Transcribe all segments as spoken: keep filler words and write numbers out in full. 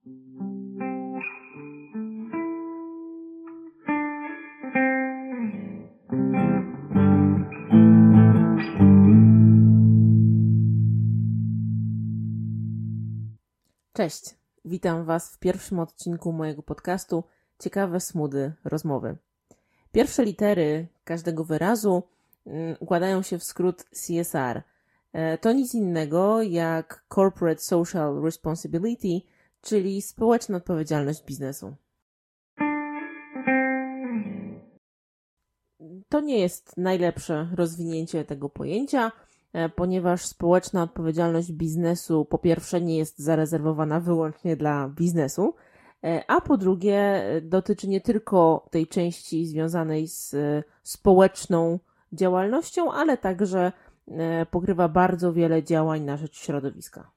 Cześć, witam Was w pierwszym odcinku mojego podcastu Ciekawe Smudy Rozmowy. Pierwsze litery każdego wyrazu układają się w skrót C S R. To nic innego jak Corporate Social Responsibility, czyli społeczna odpowiedzialność biznesu. To nie jest najlepsze rozwinięcie tego pojęcia, ponieważ społeczna odpowiedzialność biznesu po pierwsze nie jest zarezerwowana wyłącznie dla biznesu, a po drugie dotyczy nie tylko tej części związanej z społeczną działalnością, ale także pokrywa bardzo wiele działań na rzecz środowiska.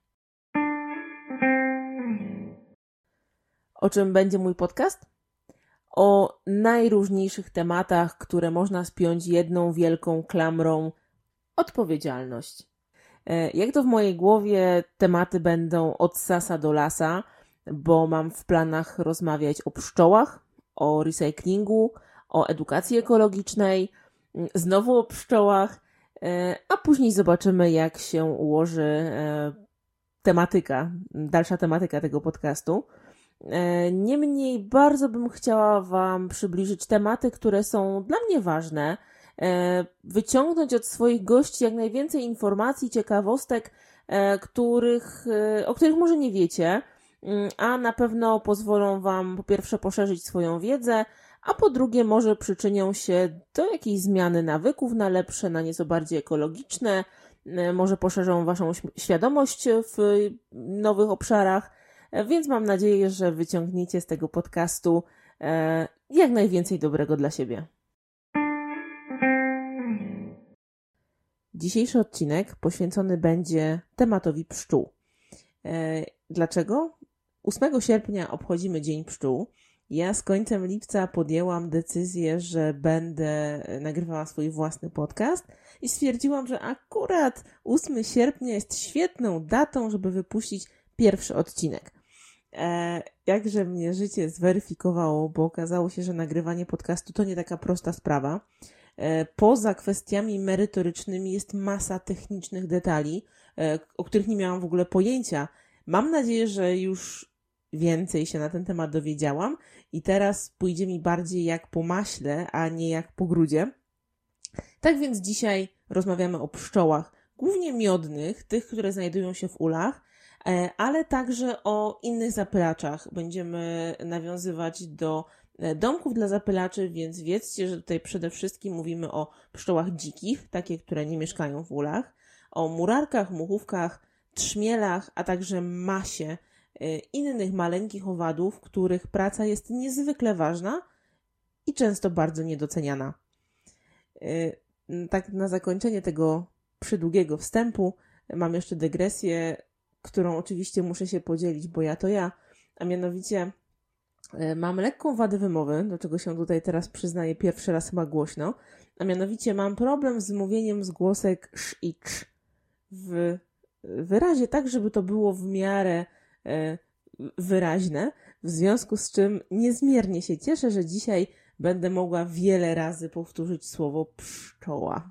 O czym będzie mój podcast? O najróżniejszych tematach, które można spiąć jedną wielką klamrą odpowiedzialność. Jak to w mojej głowie, tematy będą od sasa do lasa, bo mam w planach rozmawiać o pszczołach, o recyklingu, o edukacji ekologicznej, znowu o pszczołach, a później zobaczymy, jak się ułoży tematyka, dalsza tematyka tego podcastu. Niemniej bardzo bym chciała Wam przybliżyć tematy, które są dla mnie ważne, wyciągnąć od swoich gości jak najwięcej informacji, ciekawostek, których, o których może nie wiecie, a na pewno pozwolą Wam po pierwsze poszerzyć swoją wiedzę, a po drugie może przyczynią się do jakiejś zmiany nawyków na lepsze, na nieco bardziej ekologiczne, może poszerzą Waszą świadomość w nowych obszarach, więc mam nadzieję, że wyciągniecie z tego podcastu jak najwięcej dobrego dla siebie. Dzisiejszy odcinek poświęcony będzie tematowi pszczół. Dlaczego? ósmego sierpnia obchodzimy Dzień Pszczół. Ja z końcem lipca podjęłam decyzję, że będę nagrywała swój własny podcast i stwierdziłam, że akurat ósmego sierpnia jest świetną datą, żeby wypuścić pierwszy odcinek. Jakże mnie życie zweryfikowało, bo okazało się, że nagrywanie podcastu to nie taka prosta sprawa. Poza kwestiami merytorycznymi jest masa technicznych detali, o których nie miałam w ogóle pojęcia. Mam nadzieję, że już więcej się na ten temat dowiedziałam i teraz pójdzie mi bardziej jak po maśle, a nie jak po grudzie. Tak więc dzisiaj rozmawiamy o pszczołach, głównie miodnych, tych, które znajdują się w ulach, ale także o innych zapylaczach. Będziemy nawiązywać do domków dla zapylaczy, więc wiedzcie, że tutaj przede wszystkim mówimy o pszczołach dzikich, takie, które nie mieszkają w ulach, o murarkach, muchówkach, trzmielach, a także masie innych maleńkich owadów, których praca jest niezwykle ważna i często bardzo niedoceniana. Tak na zakończenie tego przydługiego wstępu mam jeszcze dygresję, którą oczywiście muszę się podzielić, bo ja to ja, a mianowicie mam lekką wadę wymowy, do czego się tutaj teraz przyznaję pierwszy raz chyba głośno, a mianowicie mam problem z mówieniem zgłosek sz i cz w wyrazie tak, żeby to było w miarę e, wyraźne, w związku z czym niezmiernie się cieszę, że dzisiaj będę mogła wiele razy powtórzyć słowo pszczoła.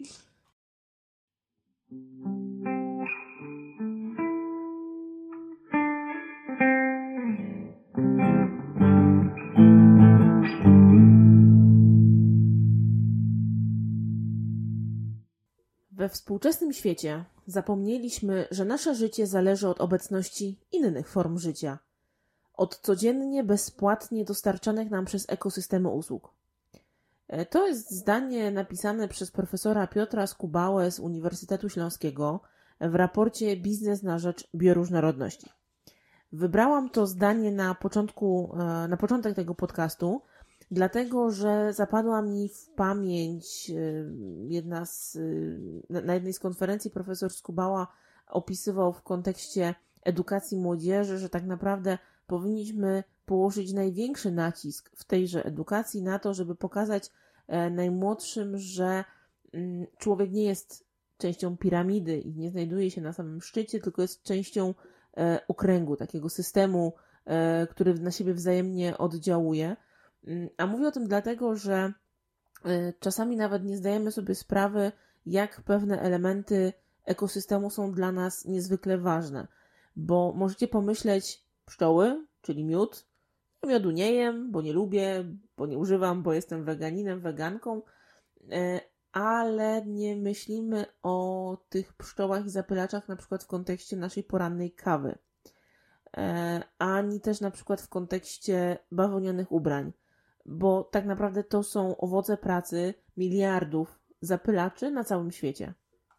We współczesnym świecie zapomnieliśmy, że nasze życie zależy od obecności innych form życia, od codziennie bezpłatnie dostarczanych nam przez ekosystemy usług. To jest zdanie napisane przez profesora Piotra Skubałę z Uniwersytetu Śląskiego w raporcie Biznes na rzecz bioróżnorodności. Wybrałam to zdanie na początku, na początek tego podcastu, dlatego że zapadła mi w pamięć jedna z, na jednej z konferencji profesor Skubała opisywał w kontekście edukacji młodzieży, że tak naprawdę powinniśmy położyć największy nacisk w tejże edukacji na to, żeby pokazać najmłodszym, że człowiek nie jest częścią piramidy i nie znajduje się na samym szczycie, tylko jest częścią okręgu, takiego systemu który na siebie wzajemnie oddziałuje. A mówię o tym dlatego, że czasami nawet nie zdajemy sobie sprawy, jak pewne elementy ekosystemu są dla nas niezwykle ważne. Bo możecie pomyśleć, pszczoły, czyli miód. Ja miodu nie jem, bo nie lubię, bo nie używam, bo jestem weganinem, weganką, ale nie myślimy o tych pszczołach i zapylaczach na przykład w kontekście naszej porannej kawy, ani też na przykład w kontekście bawełnianych ubrań, bo tak naprawdę to są owoce pracy miliardów zapylaczy na całym świecie.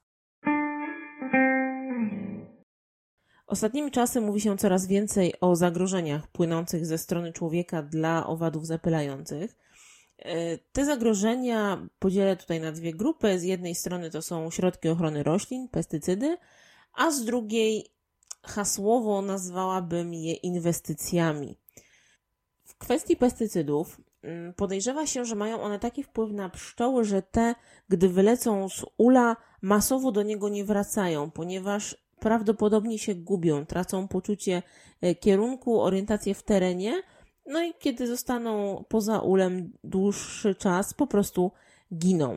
Ostatnimi czasy mówi się coraz więcej o zagrożeniach płynących ze strony człowieka dla owadów zapylających. Te zagrożenia podzielę tutaj na dwie grupy. Z jednej strony to są środki ochrony roślin, pestycydy, a z drugiej hasłowo nazwałabym je inwestycjami. W kwestii pestycydów podejrzewa się, że mają one taki wpływ na pszczoły, że te, gdy wylecą z ula, masowo do niego nie wracają, ponieważ prawdopodobnie się gubią, tracą poczucie kierunku, orientację w terenie, no i kiedy zostaną poza ulem dłuższy czas, po prostu giną.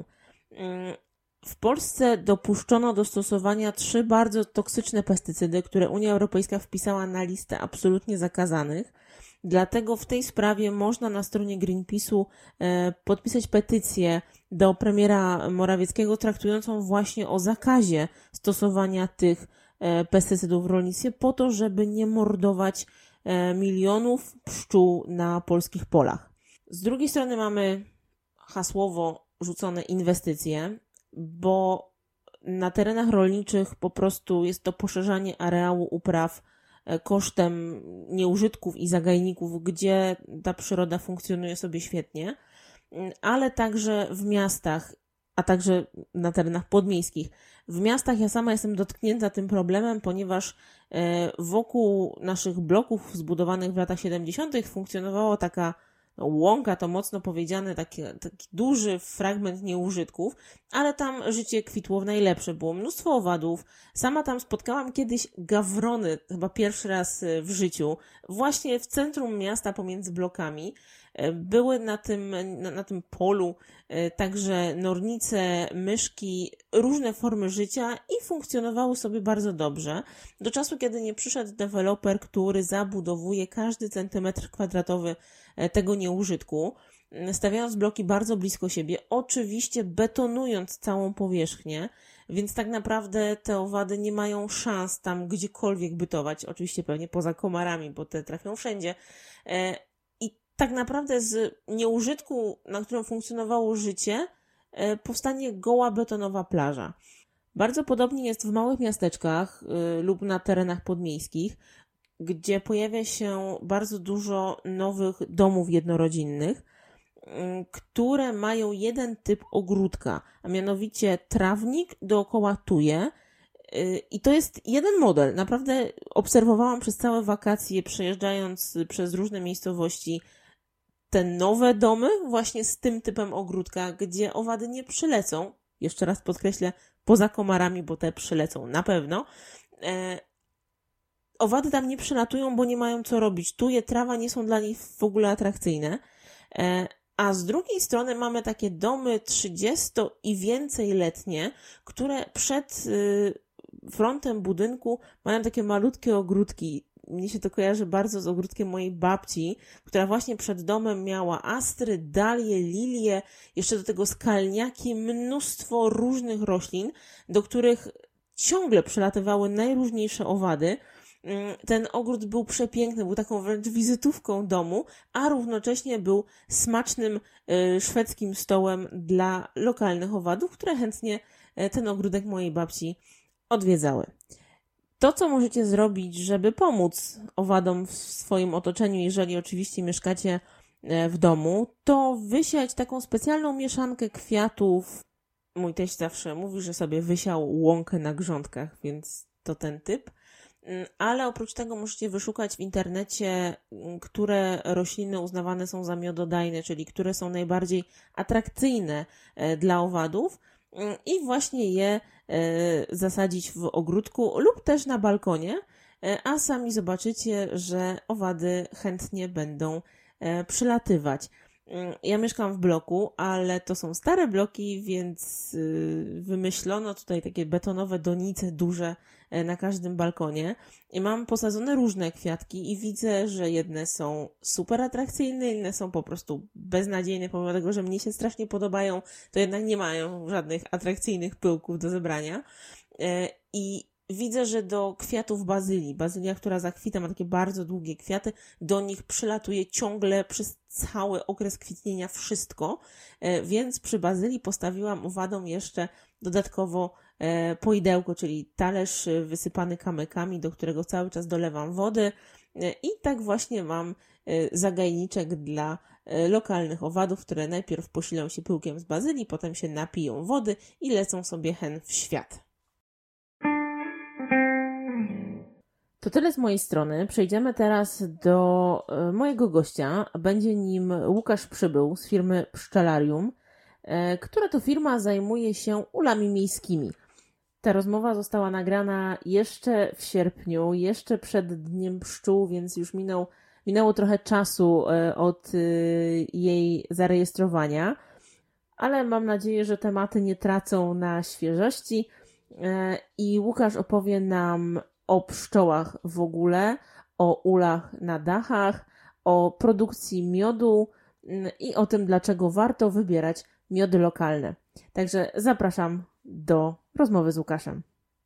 W Polsce dopuszczono do stosowania trzy bardzo toksyczne pestycydy, które Unia Europejska wpisała na listę absolutnie zakazanych. Dlatego w tej sprawie można na stronie Greenpeace'u podpisać petycję do premiera Morawieckiego traktującą właśnie o zakazie stosowania tych pestycydów w rolnictwie po to, żeby nie mordować milionów pszczół na polskich polach. Z drugiej strony mamy hasłowo rzucone inwestycje, bo na terenach rolniczych po prostu jest to poszerzanie areału upraw kosztem nieużytków i zagajników, gdzie ta przyroda funkcjonuje sobie świetnie, ale także w miastach, a także na terenach podmiejskich. W miastach ja sama jestem dotknięta tym problemem, ponieważ wokół naszych bloków zbudowanych w latach siedemdziesiątych funkcjonowała taka no, łąka, to mocno powiedziane, taki, taki duży fragment nieużytków, ale tam życie kwitło w najlepsze. Było mnóstwo owadów. Sama tam spotkałam kiedyś gawrony, chyba pierwszy raz w życiu, właśnie w centrum miasta pomiędzy blokami. Były na tym, na, na tym polu także nornice, myszki, różne formy życia i funkcjonowały sobie bardzo dobrze. Do czasu, kiedy nie przyszedł deweloper, który zabudowuje każdy centymetr kwadratowy tego nieużytku, stawiając bloki bardzo blisko siebie, oczywiście betonując całą powierzchnię, więc tak naprawdę te owady nie mają szans tam gdziekolwiek bytować, oczywiście pewnie poza komarami, bo te trafią wszędzie. Tak naprawdę z nieużytku, na którym funkcjonowało życie, powstanie goła betonowa plaża. Bardzo podobnie jest w małych miasteczkach y, lub na terenach podmiejskich, gdzie pojawia się bardzo dużo nowych domów jednorodzinnych, y, które mają jeden typ ogródka, a mianowicie trawnik dookoła tuje. Y, I to jest jeden model. Naprawdę obserwowałam przez całe wakacje, przejeżdżając przez różne miejscowości, te nowe domy właśnie z tym typem ogródka, gdzie owady nie przylecą, jeszcze raz podkreślę, poza komarami, bo te przylecą na pewno, e, owady tam nie przylatują, bo nie mają co robić. Tuje, trawa nie są dla nich w ogóle atrakcyjne, e, a z drugiej strony mamy takie domy trzydziesto i więcej letnie, które przed y, frontem budynku mają takie malutkie ogródki. Mnie się to kojarzy bardzo z ogródkiem mojej babci, która właśnie przed domem miała astry, dalie, lilie, jeszcze do tego skalniaki, mnóstwo różnych roślin, do których ciągle przelatywały najróżniejsze owady. Ten ogród był przepiękny, był taką wręcz wizytówką domu, a równocześnie był smacznym y, szwedzkim stołem dla lokalnych owadów, które chętnie y, ten ogródek mojej babci odwiedzały. To, co możecie zrobić, żeby pomóc owadom w swoim otoczeniu, jeżeli oczywiście mieszkacie w domu, to wysiać taką specjalną mieszankę kwiatów. Mój teść zawsze mówi, że sobie wysiał łąkę na grządkach, więc to ten typ. Ale oprócz tego możecie wyszukać w internecie, które rośliny uznawane są za miododajne, czyli które są najbardziej atrakcyjne dla owadów i właśnie je zasadzić w ogródku lub też na balkonie. a sami zobaczycie, że owady chętnie będą przylatywać. Ja mieszkam w bloku, ale to są stare bloki, więc wymyślono tutaj takie betonowe donice duże na każdym balkonie i mam posadzone różne kwiatki i widzę, że jedne są super atrakcyjne, inne są po prostu beznadziejne, pomimo tego, że mnie się strasznie podobają, to jednak nie mają żadnych atrakcyjnych pyłków do zebrania. I widzę, że do kwiatów bazylii, bazylia, która zakwita, ma takie bardzo długie kwiaty, do nich przylatuje ciągle przez cały okres kwitnienia wszystko, więc przy bazylii postawiłam owadom jeszcze dodatkowo poidełko, czyli talerz wysypany kamykami, do którego cały czas dolewam wody i tak właśnie mam zagajniczek dla lokalnych owadów, które najpierw posilą się pyłkiem z bazylii, potem się napiją wody i lecą sobie hen w świat. To tyle z mojej strony. Przejdziemy teraz do mojego gościa. Będzie nim Łukasz Przybył z firmy Pszczelarium, która to firma zajmuje się ulami miejskimi. Ta rozmowa została nagrana jeszcze w sierpniu, jeszcze przed Dniem Pszczół, więc już minął, minęło trochę czasu od jej zarejestrowania, ale mam nadzieję, że tematy nie tracą na świeżości i Łukasz opowie nam o pszczołach w ogóle, o ulach na dachach, o produkcji miodu i o tym, dlaczego warto wybierać miody lokalne. Także zapraszam do rozmowy z Łukaszem.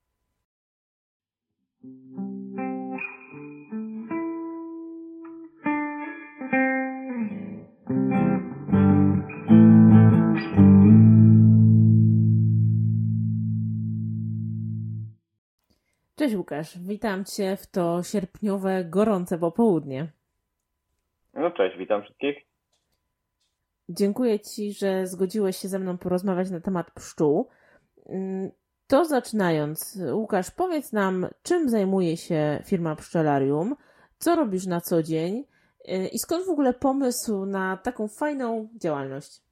Cześć Łukasz, witam Cię w to sierpniowe, gorące popołudnie. No cześć, witam wszystkich. Dziękuję Ci, że zgodziłeś się ze mną porozmawiać na temat pszczół. To zaczynając, Łukasz, powiedz nam, czym zajmuje się firma Pszczelarium, co robisz na co dzień i skąd w ogóle pomysł na taką fajną działalność?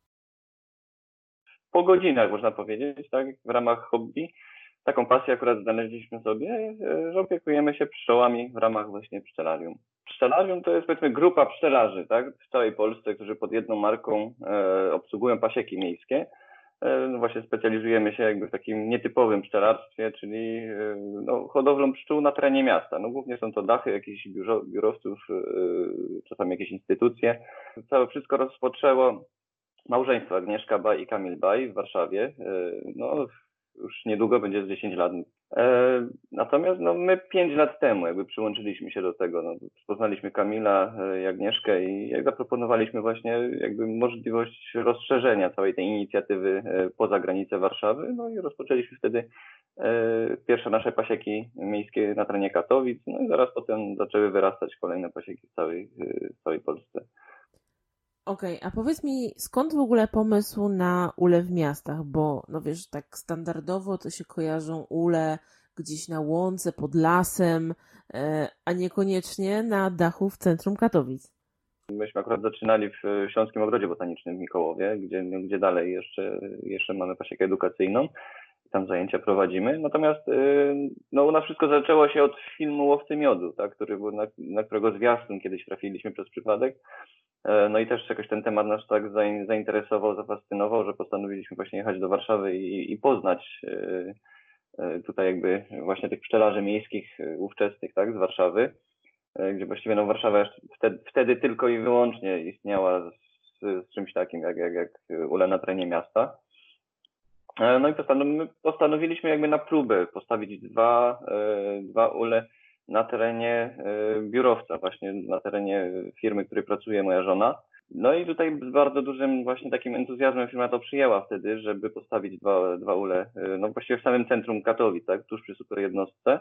Po godzinach można powiedzieć, tak, w ramach hobby. Taką pasję akurat znaleźliśmy sobie, że opiekujemy się pszczołami w ramach właśnie Pszczelarium. Pszczelarium to jest, powiedzmy, grupa pszczelarzy, tak, w całej Polsce, którzy pod jedną marką e, obsługują pasieki miejskie. E, no właśnie specjalizujemy się jakby w takim nietypowym pszczelarstwie, czyli e, no, hodowlą pszczół na terenie miasta. No głównie są to dachy jakichś biuro, biurowców, e, czasami jakieś instytucje. Całe wszystko rozpoczęło małżeństwo Agnieszka Baj i Kamil Baj w Warszawie. No, już niedługo będzie z dziesięć lat. Natomiast no, my pięć lat temu jakby przyłączyliśmy się do tego. No, poznaliśmy Kamila i Agnieszkę i zaproponowaliśmy właśnie jakby możliwość rozszerzenia całej tej inicjatywy poza granice Warszawy. No i rozpoczęliśmy wtedy pierwsze nasze pasieki miejskie na terenie Katowic. No i zaraz potem zaczęły wyrastać kolejne pasieki w całej, w całej Polsce. Okej, okay, a powiedz mi, skąd w ogóle pomysł na ule w miastach? Bo, no wiesz, tak standardowo to się kojarzą ule gdzieś na łące, pod lasem, a niekoniecznie na dachu w centrum Katowic. Myśmy akurat zaczynali w Śląskim Ogrodzie Botanicznym w Mikołowie, gdzie, gdzie dalej jeszcze, jeszcze mamy pasiekę edukacyjną. Tam zajęcia prowadzimy. Natomiast no, u nas wszystko zaczęło się od filmu Łowcy Miodu, tak, który był na, na którego zwiastun kiedyś trafiliśmy przez przypadek. No i też jakoś ten temat nas tak zainteresował, zafascynował, że postanowiliśmy właśnie jechać do Warszawy i, i poznać tutaj jakby właśnie tych pszczelarzy miejskich ówczesnych, tak, z Warszawy, gdzie właściwie no Warszawa wtedy, wtedy tylko i wyłącznie istniała z, z czymś takim jak, jak, jak ule na terenie miasta. No i postanowiliśmy jakby na próbę postawić dwa, dwa ule na terenie biurowca, właśnie na terenie firmy, w której pracuje moja żona. No i tutaj z bardzo dużym właśnie takim entuzjazmem firma to przyjęła wtedy, żeby postawić dwa, dwa ule, no właściwie w samym centrum Katowic, tak, tuż przy super jednostce.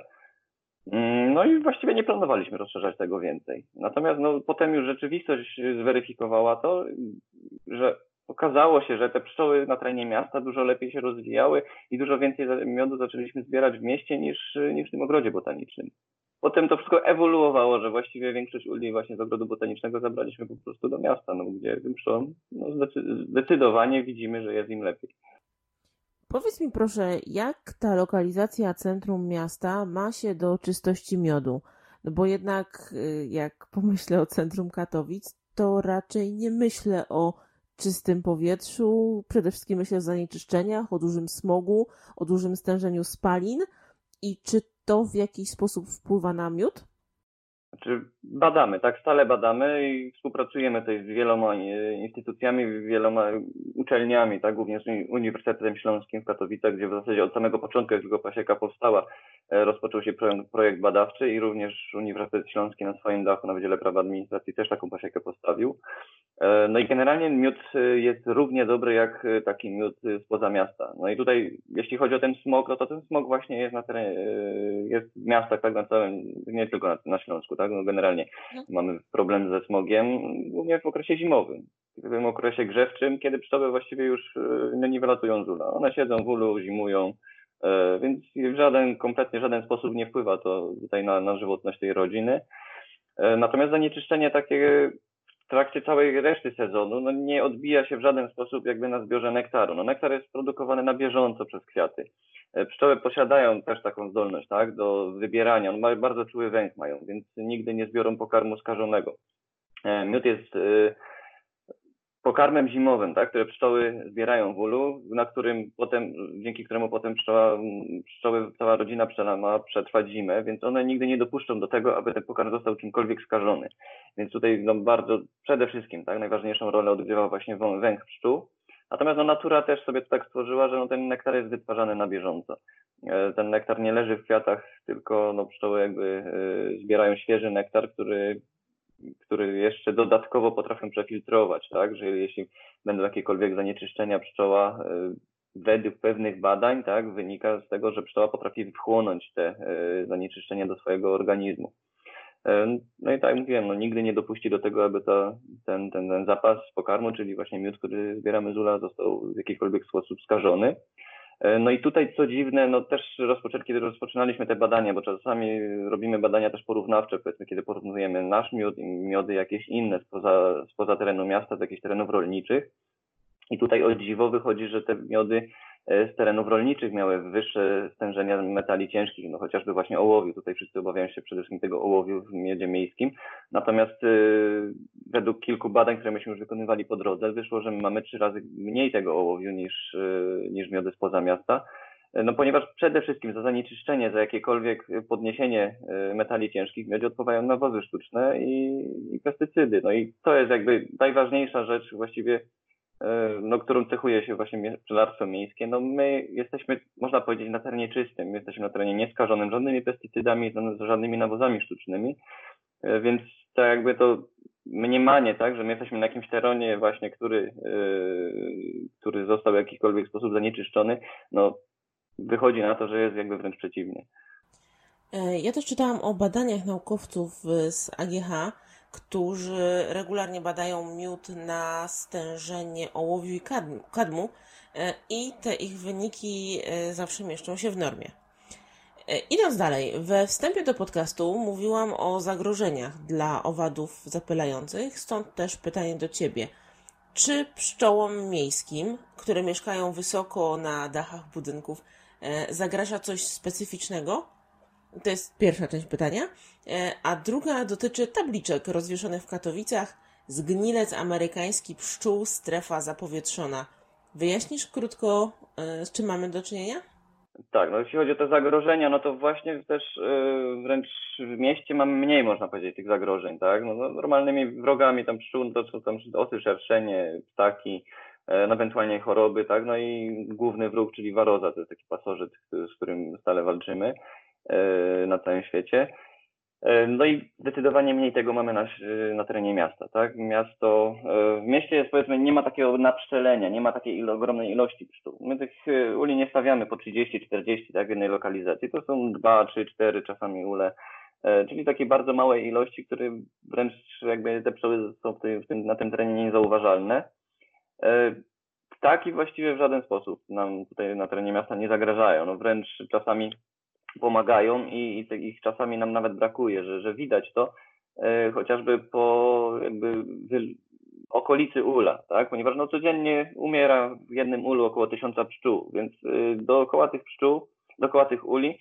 No i właściwie nie planowaliśmy rozszerzać tego więcej. Natomiast no, potem już rzeczywistość zweryfikowała to, że okazało się, że te pszczoły na terenie miasta dużo lepiej się rozwijały i dużo więcej miodu zaczęliśmy zbierać w mieście niż, niż w tym ogrodzie botanicznym. Potem to wszystko ewoluowało, że właściwie większość uli właśnie z ogrodu botanicznego zabraliśmy po prostu do miasta, no, gdzie tym pszczołom no, zdecydowanie widzimy, że jest im lepiej. Powiedz mi proszę, jak ta lokalizacja centrum miasta ma się do czystości miodu? No bo jednak y, jak pomyślę o centrum Katowic, to raczej nie myślę o czystym powietrzu, przede wszystkim myślę o zanieczyszczeniach, o dużym smogu, o dużym stężeniu spalin. I czy to w jakiś sposób wpływa na miód? Znaczy badamy, tak, stale badamy i współpracujemy tutaj z wieloma instytucjami, wieloma uczelniami, tak, głównie z Uniwersytetem Śląskim w Katowicach, gdzie w zasadzie od samego początku, jak tylko pasieka powstała, rozpoczął się projekt badawczy i również Uniwersytet Śląski na swoim dachu na Wydziale Prawa Administracji też taką pasiekę postawił. No i generalnie miód jest równie dobry jak taki miód spoza miasta. No i tutaj, jeśli chodzi o ten smog, no to ten smog właśnie jest na terenie, jest w miastach, tak na całym, nie tylko na, na Śląsku, tak, no generalnie no. Mamy problem ze smogiem, głównie w okresie zimowym, w tym okresie grzewczym, kiedy pszczoły właściwie już no, nie wylatują z ula. One siedzą w ulu, zimują, więc w żaden, kompletnie żaden sposób nie wpływa to tutaj na, na żywotność tej rodziny. Natomiast zanieczyszczenie takie w trakcie całej reszty sezonu no nie odbija się w żaden sposób jakby na zbiorze nektaru. No nektar jest produkowany na bieżąco przez kwiaty. Pszczoły posiadają też taką zdolność, tak, do wybierania. No, bardzo czuły węch mają, więc nigdy nie zbiorą pokarmu skażonego. Miód jest pokarmem zimowym, tak, które pszczoły zbierają w ulu, na którym potem, dzięki któremu potem pszczoła, pszczoły, cała rodzina pszczela ma przetrwać zimę, więc one nigdy nie dopuszczą do tego, aby ten pokarm został czymkolwiek skażony. Więc tutaj no, bardzo, przede wszystkim, tak, najważniejszą rolę odgrywa właśnie węch pszczół. Natomiast no, natura też sobie to tak stworzyła, że no, ten nektar jest wytwarzany na bieżąco. Ten nektar nie leży w kwiatach, tylko no, pszczoły jakby y, zbierają świeży nektar, który który jeszcze dodatkowo potrafią przefiltrować, tak, że jeśli będą jakiekolwiek zanieczyszczenia, pszczoła według pewnych badań, tak, wynika z tego, że pszczoła potrafi wchłonąć te zanieczyszczenia do swojego organizmu. No i tak jak mówiłem, no, nigdy nie dopuści do tego, aby ta, ten, ten, ten zapas pokarmu, czyli właśnie miód, który zbieramy z ula, został w jakikolwiek sposób skażony. No i tutaj co dziwne, no też rozpoczę, kiedy rozpoczynaliśmy te badania, bo czasami robimy badania też porównawcze, powiedzmy, kiedy porównujemy nasz miód i miody jakieś inne spoza, spoza terenu miasta, z jakichś terenów rolniczych. I tutaj o dziwo wychodzi, że te miody z terenów rolniczych miały wyższe stężenia metali ciężkich, no chociażby właśnie ołowiu. Tutaj wszyscy obawiają się przede wszystkim tego ołowiu w miodzie miejskim. Natomiast yy, według kilku badań, które myśmy już wykonywali po drodze, wyszło, że mamy trzy razy mniej tego ołowiu niż, yy, niż miody spoza miasta. No ponieważ przede wszystkim za zanieczyszczenie, za jakiekolwiek podniesienie metali ciężkich w miodzie odpowiadają nawozy sztuczne i, i pestycydy. No i to jest jakby najważniejsza rzecz właściwie, no, którą cechuje się właśnie pszczelarstwo miejskie. No my jesteśmy, można powiedzieć, na terenie czystym, my jesteśmy na terenie nieskażonym żadnymi pestycydami, żadnymi nawozami sztucznymi, więc to jakby to mniemanie, tak, że my jesteśmy na jakimś terenie właśnie, który, yy, który został w jakikolwiek sposób zanieczyszczony, no wychodzi na to, że jest jakby wręcz przeciwnie. Ja też czytałam o badaniach naukowców z A G H, którzy regularnie badają miód na stężenie ołowiu i kadmu, kadmu i te ich wyniki zawsze mieszczą się w normie. Idąc dalej, we wstępie do podcastu mówiłam o zagrożeniach dla owadów zapylających, stąd też pytanie do Ciebie. Czy pszczołom miejskim, które mieszkają wysoko na dachach budynków, zagraża coś specyficznego? To jest pierwsza część pytania. A druga dotyczy tabliczek rozwieszonych w Katowicach. Zgnilec amerykański pszczół, strefa zapowietrzona. Wyjaśnisz krótko, z czym mamy do czynienia? Tak, no jeśli chodzi o te zagrożenia, no to właśnie też yy, wręcz w mieście mamy mniej, można powiedzieć, tych zagrożeń, tak? No, no normalnymi wrogami tam pszczół, no to są tam osy, szerszenie, ptaki, yy, ewentualnie choroby, tak? No i główny wróg, czyli waroza, to jest taki pasożyt, z którym stale walczymy yy, na całym świecie. No i zdecydowanie mniej tego mamy na, na terenie miasta, tak? Miasto, w mieście jest, powiedzmy, nie ma takiego napszczelenia, nie ma takiej ilo, ogromnej ilości pszczół. My tych uli nie stawiamy po trzydzieści czterdzieści, tak, w jednej lokalizacji. To są dwa, trzy, cztery czasami ule, czyli takiej bardzo małej ilości, które wręcz jakby te pszczoły są w tym, w tym, na tym terenie niezauważalne. Ptaki właściwie w żaden sposób nam tutaj na terenie miasta nie zagrażają. No wręcz czasami pomagają i, i ich czasami nam nawet brakuje, że, że widać to, e, chociażby po jakby wy, okolicy ula, tak? Ponieważ no, codziennie umiera w jednym ulu około tysiąca pszczół, więc dookoła tych pszczół, dookoła tych uli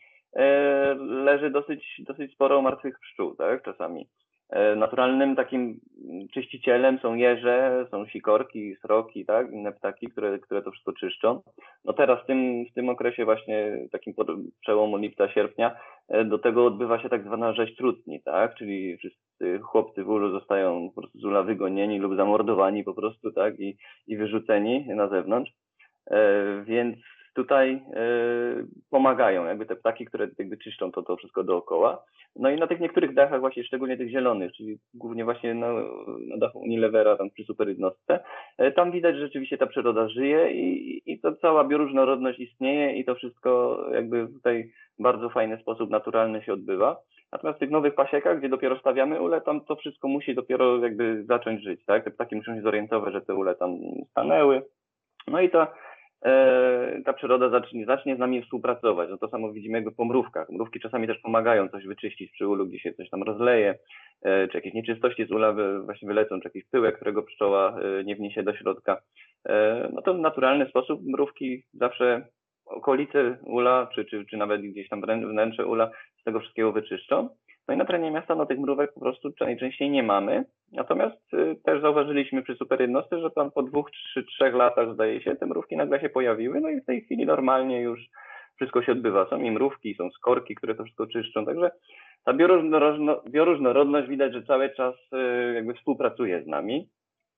leży dosyć, dosyć sporo martwych pszczół, tak? Czasami. Naturalnym takim czyścicielem są jeże, są sikorki, sroki, tak? Inne ptaki, które, które to wszystko czyszczą. No teraz w tym, w tym okresie właśnie takim przełomu lipca, sierpnia do tego odbywa się tak zwana rzeź trutni, tak? Czyli wszyscy chłopcy w ulu zostają po prostu z ula wygonieni lub zamordowani po prostu, tak? I, i wyrzuceni na zewnątrz. E, więc tutaj y, pomagają jakby te ptaki, które jakby czyszczą to, to wszystko dookoła. No i na tych niektórych dachach właśnie, szczególnie tych zielonych, czyli głównie właśnie na, na dachu Unilevera, tam przy super jednostce, y, tam widać, że rzeczywiście ta przyroda żyje i, i to cała bioróżnorodność istnieje i to wszystko jakby tutaj w bardzo fajny sposób naturalny się odbywa. Natomiast w tych nowych pasiekach, gdzie dopiero stawiamy ule, tam to wszystko musi dopiero jakby zacząć żyć, tak? Te ptaki muszą się zorientować, że te ule tam stanęły. No i to ta przyroda zacznie, zacznie z nami współpracować. No to samo widzimy jakby po mrówkach. Mrówki czasami też pomagają coś wyczyścić przy ulu, gdzie się coś tam rozleje, czy jakieś nieczystości z ula właśnie wylecą, czy jakiś pyłek, którego pszczoła nie wniesie do środka. No to w naturalny sposób mrówki zawsze okolice ula, czy, czy, czy nawet gdzieś tam wnętrze ula z tego wszystkiego wyczyszczą. No i na terenie miasta no, tych mrówek po prostu najczęściej nie mamy. Natomiast y, też zauważyliśmy przy super jednostce, że tam po dwóch, trzy, trzech latach, zdaje się, te mrówki nagle się pojawiły. No i w tej chwili normalnie już wszystko się odbywa. Są i mrówki, są skorki, które to wszystko czyszczą. Także ta bioróżnorodność, bioróżnorodność widać, że cały czas y, jakby współpracuje z nami.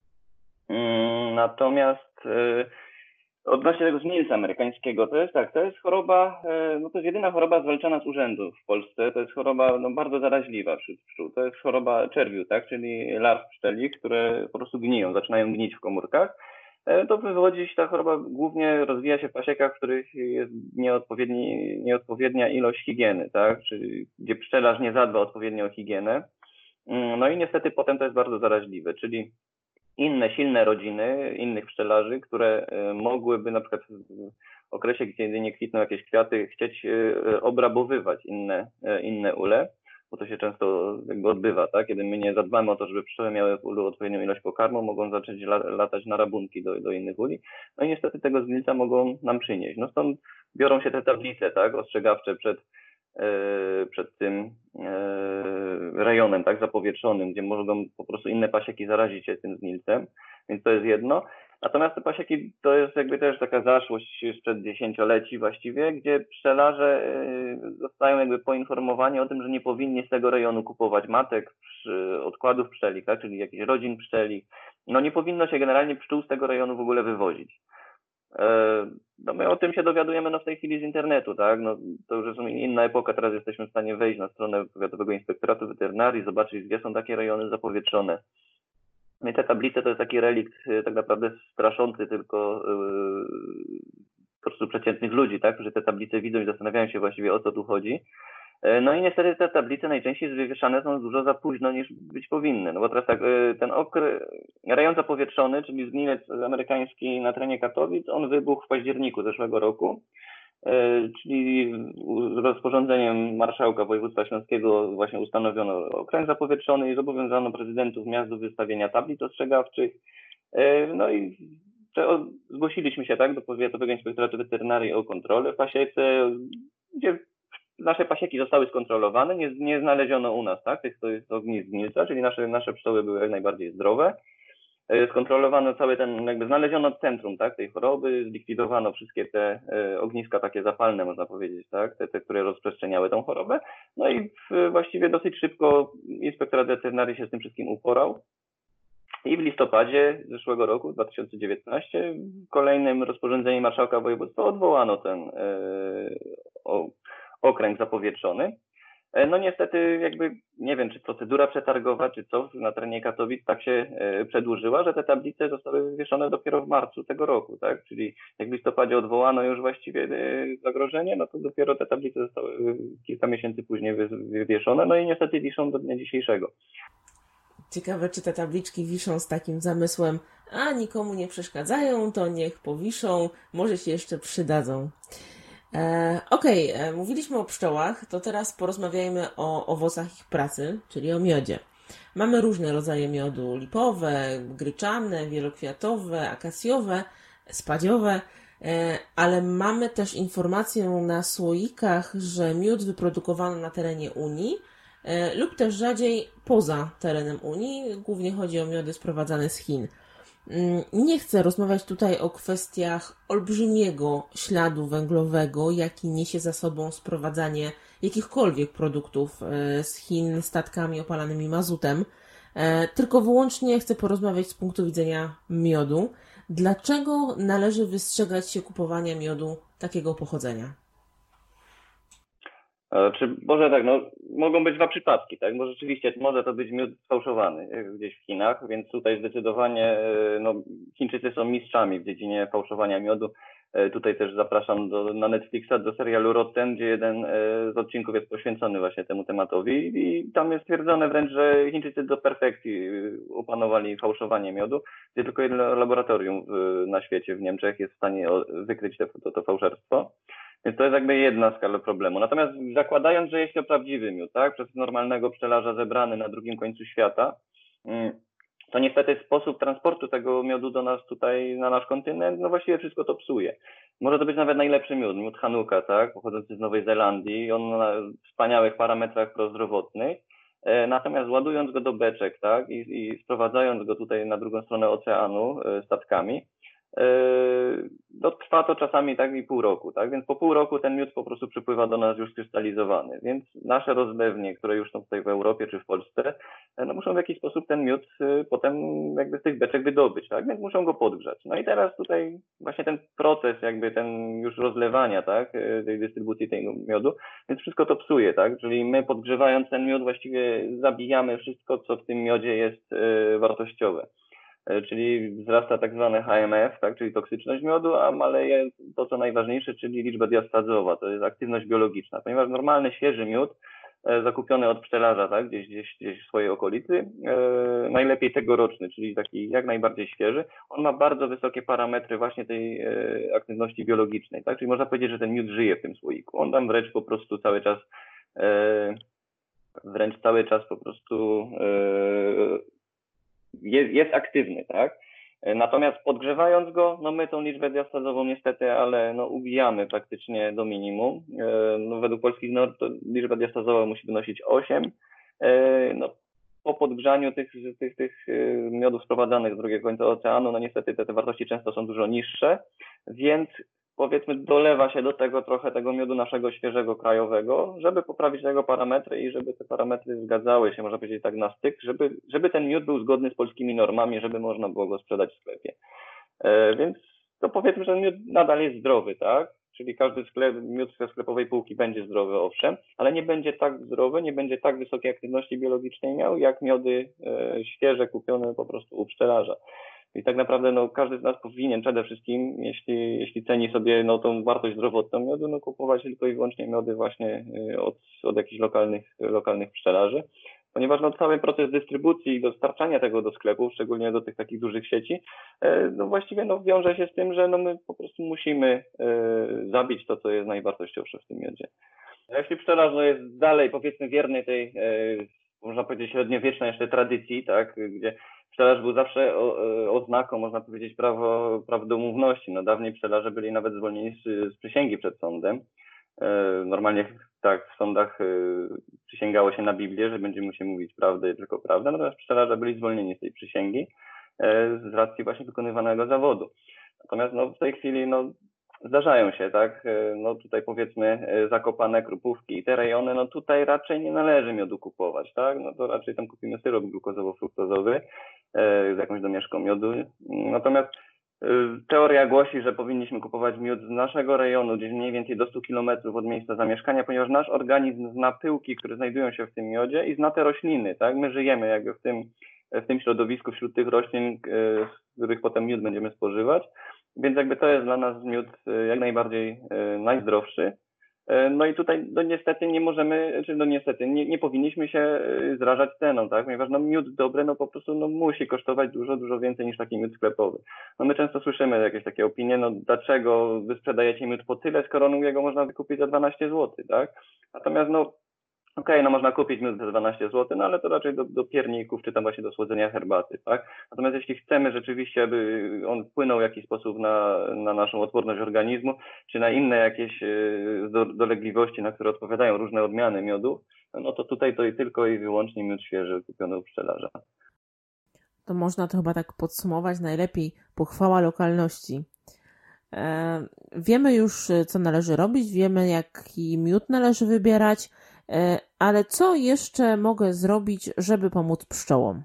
Y, natomiast y, odnośnie tego zmielca amerykańskiego, to jest tak, to jest choroba, no to jest jedyna choroba zwalczana z urzędu w Polsce, to jest choroba no, bardzo zaraźliwa wśród pszczół, to jest choroba czerwiu, tak, czyli larw pszczeli, które po prostu gniją, zaczynają gnić w komórkach. To wywodzi się ta choroba, głównie rozwija się w pasiekach, w których jest nieodpowiedni, nieodpowiednia ilość higieny, tak, czyli gdzie pszczelarz nie zadba odpowiednio o higienę. No i niestety potem to jest bardzo zaraźliwe, czyli inne silne rodziny, innych pszczelarzy, które mogłyby na przykład w okresie, kiedy nie kwitną jakieś kwiaty, chcieć obrabowywać inne, inne ule, bo to się często jakby odbywa, tak? Kiedy my nie zadbamy o to, żeby pszczoły miały w ulu odpowiednią ilość pokarmu, mogą zacząć latać na rabunki do, do innych uli. No i niestety tego zgnilca mogą nam przynieść. No stąd biorą się te tablice, tak? Ostrzegawcze przed przed tym rejonem, tak, zapowietrzonym, gdzie mogą po prostu inne pasieki zarazić się tym zgnilcem, więc to jest jedno. Natomiast te pasieki to jest jakby też taka zaszłość sprzed dziesięcioleci właściwie, gdzie pszczelarze zostają jakby poinformowani o tym, że nie powinni z tego rejonu kupować matek, odkładów pszczelik, tak, czyli jakichś rodzin pszczelik. No nie powinno się generalnie pszczół z tego rejonu w ogóle wywozić. No my o tym się dowiadujemy no w tej chwili z internetu, tak? No to już jest inna epoka, teraz jesteśmy w stanie wejść na stronę Powiatowego Inspektoratu Weterynarii, zobaczyć, gdzie są takie rejony zapowietrzone. No i te tablice to jest taki relikt tak naprawdę straszący tylko yy, po prostu przeciętnych ludzi, tak? Którzy te tablice widzą i zastanawiają się właściwie, o co tu chodzi. No i niestety te tablice najczęściej wywieszane są dużo za późno niż być powinny. No bo teraz tak, ten okres, rejon zapowietrzony, czyli zgnilec amerykański na terenie Katowic, on wybuchł w październiku zeszłego roku, czyli z rozporządzeniem marszałka województwa śląskiego właśnie ustanowiono okręg zapowietrzony i zobowiązano prezydentów miast do wystawienia tablic ostrzegawczych. No i zgłosiliśmy się tak do Powiatowego Inspektoratu Weterynarii o kontrolę w pasiece, gdzie nasze pasieki zostały skontrolowane, nie, nie znaleziono u nas tak, tych ognisk zgnilca, czyli nasze, nasze pszczoły były jak najbardziej zdrowe. Skontrolowano cały ten, jakby znaleziono centrum tak, tej choroby, zlikwidowano wszystkie te e, ogniska takie zapalne, można powiedzieć, tak, te, te, które rozprzestrzeniały tą chorobę. No i w, właściwie dosyć szybko Inspektorat Weterynarii się z tym wszystkim uporał. I w listopadzie zeszłego roku, dwa tysiące dziewiętnastego, kolejnym rozporządzeniem marszałka województwa odwołano ten e, o, okręg zapowietrzony. No niestety jakby, nie wiem, czy procedura przetargowa, czy co na terenie Katowic tak się przedłużyła, że te tablice zostały wywieszone dopiero w marcu tego roku, tak? Czyli jak w listopadzie odwołano już właściwie zagrożenie, no to dopiero te tablice zostały kilka miesięcy później wywieszone, no i niestety wiszą do dnia dzisiejszego. Ciekawe, czy te tabliczki wiszą z takim zamysłem, a nikomu nie przeszkadzają, to niech powiszą, może się jeszcze przydadzą. E, Okej, okay, mówiliśmy o pszczołach, to teraz porozmawiajmy o owocach ich pracy, czyli o miodzie. Mamy różne rodzaje miodu, lipowe, gryczane, wielokwiatowe, akacjowe, spadziowe, ale mamy też informację na słoikach, że miód wyprodukowano na terenie Unii lub też rzadziej poza terenem Unii. Głównie chodzi o miody sprowadzane z Chin. Nie chcę rozmawiać tutaj o kwestiach olbrzymiego śladu węglowego, jaki niesie za sobą sprowadzanie jakichkolwiek produktów z Chin statkami opalanymi mazutem, tylko wyłącznie chcę porozmawiać z punktu widzenia miodu. Dlaczego należy wystrzegać się kupowania miodu takiego pochodzenia? Czy może tak, no mogą być dwa przypadki, tak? Bo rzeczywiście może to być miód sfałszowany gdzieś w Chinach, więc tutaj zdecydowanie no, Chińczycy są mistrzami w dziedzinie fałszowania miodu. Tutaj też zapraszam do, na Netflixa do serialu Rotten, gdzie jeden z odcinków jest poświęcony właśnie temu tematowi i tam jest stwierdzone wręcz, że Chińczycy do perfekcji opanowali fałszowanie miodu, gdzie tylko jedno laboratorium na świecie w Niemczech jest w stanie wykryć to, to, to fałszerstwo. Więc to jest jakby jedna skala problemu. Natomiast zakładając, że jest to prawdziwy miód, tak, przez normalnego pszczelarza zebrany na drugim końcu świata, to niestety sposób transportu tego miodu do nas tutaj, na nasz kontynent, no właściwie wszystko to psuje. Może to być nawet najlepszy miód, miód Hanuka, tak, pochodzący z Nowej Zelandii, on na wspaniałych parametrach prozdrowotnych, natomiast ładując go do beczek, tak, i, i sprowadzając go tutaj na drugą stronę oceanu statkami, no, trwa to czasami tak i pół roku, tak? Więc po pół roku ten miód po prostu przypływa do nas już skrystalizowany. Więc nasze rozlewnie, które już są tutaj w Europie czy w Polsce, no muszą w jakiś sposób ten miód potem jakby z tych beczek wydobyć, tak? Więc muszą go podgrzać. No i teraz tutaj właśnie ten proces jakby ten już rozlewania, tak? Tej dystrybucji tego miodu, więc wszystko to psuje, tak? Czyli my podgrzewając ten miód właściwie zabijamy wszystko, co w tym miodzie jest wartościowe. Czyli wzrasta tak zwany H M F, tak, czyli toksyczność miodu, a maleje to, co najważniejsze, czyli liczba diastazowa, to jest aktywność biologiczna, ponieważ normalny, świeży miód e, zakupiony od pszczelarza, tak, gdzieś, gdzieś, gdzieś w swojej okolicy, e, najlepiej tegoroczny, czyli taki jak najbardziej świeży, on ma bardzo wysokie parametry właśnie tej e, aktywności biologicznej, tak, czyli można powiedzieć, że ten miód żyje w tym słoiku, on tam wręcz po prostu cały czas, e, wręcz cały czas po prostu e, Jest, jest aktywny, tak? Natomiast podgrzewając go, no my tą liczbę diastazową niestety, ale no ubijamy praktycznie do minimum. No według polskich norm to liczba diastazowa musi wynosić osiem. No po podgrzaniu tych, tych, tych miodów sprowadzanych z drugiego końca oceanu, no niestety te, te wartości często są dużo niższe, więc powiedzmy dolewa się do tego trochę tego miodu naszego świeżego krajowego, żeby poprawić jego parametry i żeby te parametry zgadzały się, można powiedzieć tak na styk, żeby, żeby ten miód był zgodny z polskimi normami, żeby można było go sprzedać w sklepie. E, więc to powiedzmy, że miód nadal jest zdrowy, tak? Czyli każdy sklep, miód ze sklepowej półki będzie zdrowy, owszem, ale nie będzie tak zdrowy, nie będzie tak wysokiej aktywności biologicznej miał, jak miody e, świeże kupione po prostu u pszczelarza. I tak naprawdę no, każdy z nas powinien przede wszystkim, jeśli, jeśli ceni sobie no, tą wartość zdrowotną miodu, no, kupować tylko i wyłącznie miody właśnie od, od jakichś lokalnych, lokalnych pszczelarzy, ponieważ no, cały proces dystrybucji i dostarczania tego do sklepów, szczególnie do tych takich dużych sieci, no właściwie no, wiąże się z tym, że no, my po prostu musimy e, zabić to, co jest najwartościowsze w tym miodzie. A jeśli pszczelarz no, jest dalej powiedzmy wierny tej, e, można powiedzieć, średniowiecznej jeszcze tradycji, tak, gdzie pszczelarz był zawsze o, oznaką, można powiedzieć, prawo, prawdomówności. No, dawniej pszczelarze byli nawet zwolnieni z, z przysięgi przed sądem. Normalnie tak w sądach przysięgało się na Biblię, że będziemy musieli mówić prawdę i tylko prawdę, natomiast pszczelarze byli zwolnieni z tej przysięgi z racji właśnie wykonywanego zawodu. Natomiast no, w tej chwili no, zdarzają się, tak, no tutaj powiedzmy Zakopane, Krupówki i te rejony, no tutaj raczej nie należy miodu kupować, tak, no to raczej tam kupimy syrop glukozowo-fruktozowy z jakąś domieszką miodu. Natomiast teoria głosi, że powinniśmy kupować miód z naszego rejonu, gdzieś mniej więcej do stu kilometrów od miejsca zamieszkania, ponieważ nasz organizm zna pyłki, które znajdują się w tym miodzie i zna te rośliny, tak, my żyjemy jakby w tym, w tym środowisku, wśród tych roślin, z których potem miód będziemy spożywać. Więc jakby to jest dla nas miód jak najbardziej najzdrowszy. No i tutaj no niestety nie możemy, czy no niestety nie, nie powinniśmy się zrażać ceną, tak? Ponieważ no miód dobry no po prostu no musi kosztować dużo, dużo więcej niż taki miód sklepowy. No my często słyszymy jakieś takie opinie, no dlaczego wy sprzedajecie miód po tyle, skoro no jego można wykupić za dwanaście złotych, tak? Natomiast no Okej, okay, no można kupić miód za dwanaście złotych, no ale to raczej do, do pierników, czy tam właśnie do słodzenia herbaty, tak? Natomiast jeśli chcemy rzeczywiście, aby on wpłynął w jakiś sposób na, na naszą odporność organizmu, czy na inne jakieś do, dolegliwości, na które odpowiadają różne odmiany miodu, no to tutaj to i tylko i wyłącznie miód świeży kupiony u pszczelarza. To można to chyba tak podsumować najlepiej. Pochwała lokalności. E, wiemy już, co należy robić, wiemy, jaki miód należy wybierać, e, ale co jeszcze mogę zrobić, żeby pomóc pszczołom?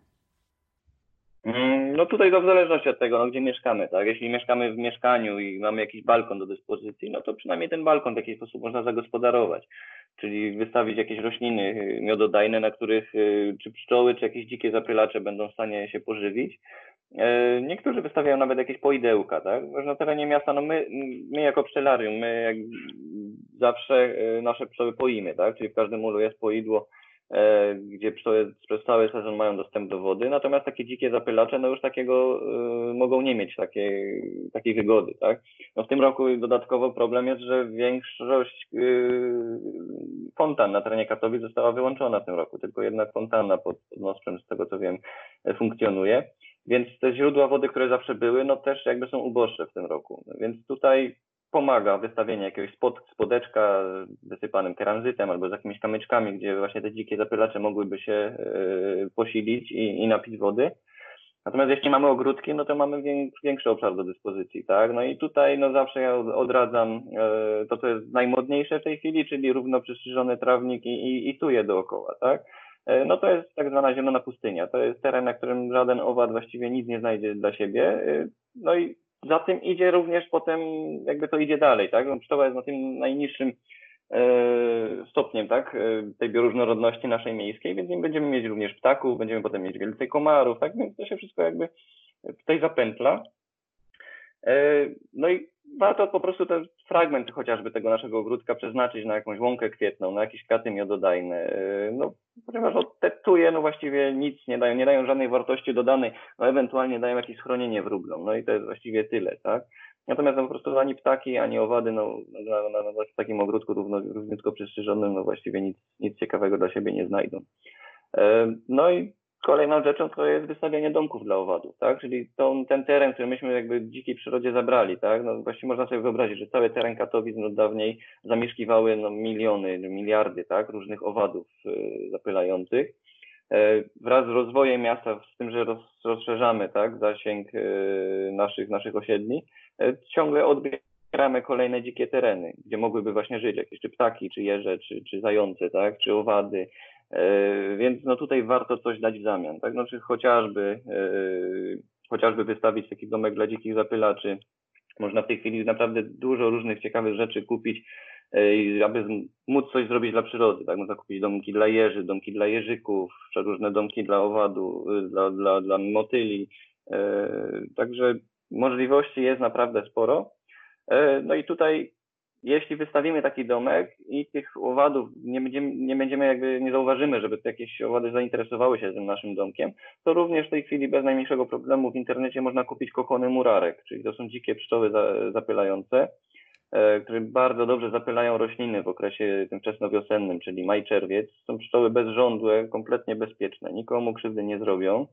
No tutaj to w zależności od tego, no, gdzie mieszkamy, tak? Jeśli mieszkamy w mieszkaniu i mamy jakiś balkon do dyspozycji, no to przynajmniej ten balkon w jakiś sposób można zagospodarować. Czyli wystawić jakieś rośliny miododajne, na których czy pszczoły, czy jakieś dzikie zapylacze będą w stanie się pożywić. Niektórzy wystawiają nawet jakieś poidełka, tak? Na terenie miasta, no my, my jako pszczelarium, my jak zawsze nasze pszczoły poimy, tak? Czyli w każdym ulu jest poidło, gdzie pszczoły przez cały sezon mają dostęp do wody, natomiast takie dzikie zapylacze, no już takiego y, mogą nie mieć takiej, takiej wygody, tak? No w tym roku dodatkowo problem jest, że większość y, fontan na terenie Katowic została wyłączona w tym roku, tylko jedna fontanna pod, pod Nostrem, z tego co wiem, funkcjonuje, więc te źródła wody, które zawsze były, no też jakby są uboższe w tym roku, więc tutaj pomaga wystawienie jakiegoś spod, spodeczka wysypanym keramzytem albo z jakimiś kamyczkami, gdzie właśnie te dzikie zapylacze mogłyby się y, posilić i, i napić wody. Natomiast jeśli mamy ogródki, no to mamy większy obszar do dyspozycji, tak? No i tutaj no zawsze ja odradzam y, to, co jest najmodniejsze w tej chwili, czyli równo przystrzyżony trawnik i, i, i tuje dookoła, tak? Y, no to jest tak zwana zielona pustynia. To jest teren, na którym żaden owad właściwie nic nie znajdzie dla siebie. Y, no i za tym idzie również potem, jakby to idzie dalej, tak? Pszczoła jest na tym najniższym e, stopniem, tak? Tej bioróżnorodności naszej miejskiej, więc będziemy mieć również ptaków, będziemy potem mieć więcej komarów, tak? Więc to się wszystko jakby tutaj zapętla. E, no i warto po prostu ten fragment chociażby tego naszego ogródka przeznaczyć na jakąś łąkę kwietną, na jakieś kwiaty miododajne, e, no ponieważ te tuje no właściwie nic nie dają, nie dają żadnej wartości dodanej, no ewentualnie dają jakieś schronienie wróblom, no i to jest właściwie tyle, tak? Natomiast no, po prostu ani ptaki, ani owady, no na, na, na takim ogródku równo, równiutko przystrzyżonym, no właściwie nic, nic ciekawego dla siebie nie znajdą. E, no i kolejną rzeczą to jest wystawianie domków dla owadów, tak? Czyli tą, ten teren, który myśmy jakby w dzikiej przyrodzie zabrali, tak? No właściwie można sobie wyobrazić, że cały teren Katowic no dawniej zamieszkiwały no miliony, miliardy, tak? Różnych owadów y, zapylających. E, wraz z rozwojem miasta, z tym, że roz, rozszerzamy, tak? Zasięg y, naszych, naszych osiedli, y, ciągle odbieramy kolejne dzikie tereny, gdzie mogłyby właśnie żyć jakieś czy ptaki, czy jeże, czy, czy zające, tak? Czy owady. Więc no tutaj warto coś dać w zamian, tak? No, czy chociażby, yy, chociażby wystawić taki domek dla dzikich zapylaczy. Można w tej chwili naprawdę dużo różnych ciekawych rzeczy kupić, yy, aby móc coś zrobić dla przyrody, tak? Można kupić domki dla jeży, domki dla jeżyków, różne domki dla owadu, yy, dla, dla, dla motyli. Yy, także możliwości jest naprawdę sporo. Yy, no i tutaj jeśli wystawimy taki domek i tych owadów nie będziemy, nie będziemy jakby, nie zauważymy, żeby jakieś owady zainteresowały się tym naszym domkiem, to również w tej chwili bez najmniejszego problemu w internecie można kupić kokony murarek, czyli to są dzikie pszczoły za, zapylające, e, które bardzo dobrze zapylają rośliny w okresie tym wczesnowiosennym, czyli maj-czerwiec. Są pszczoły bezrządłe, kompletnie bezpieczne, nikomu krzywdy nie zrobią.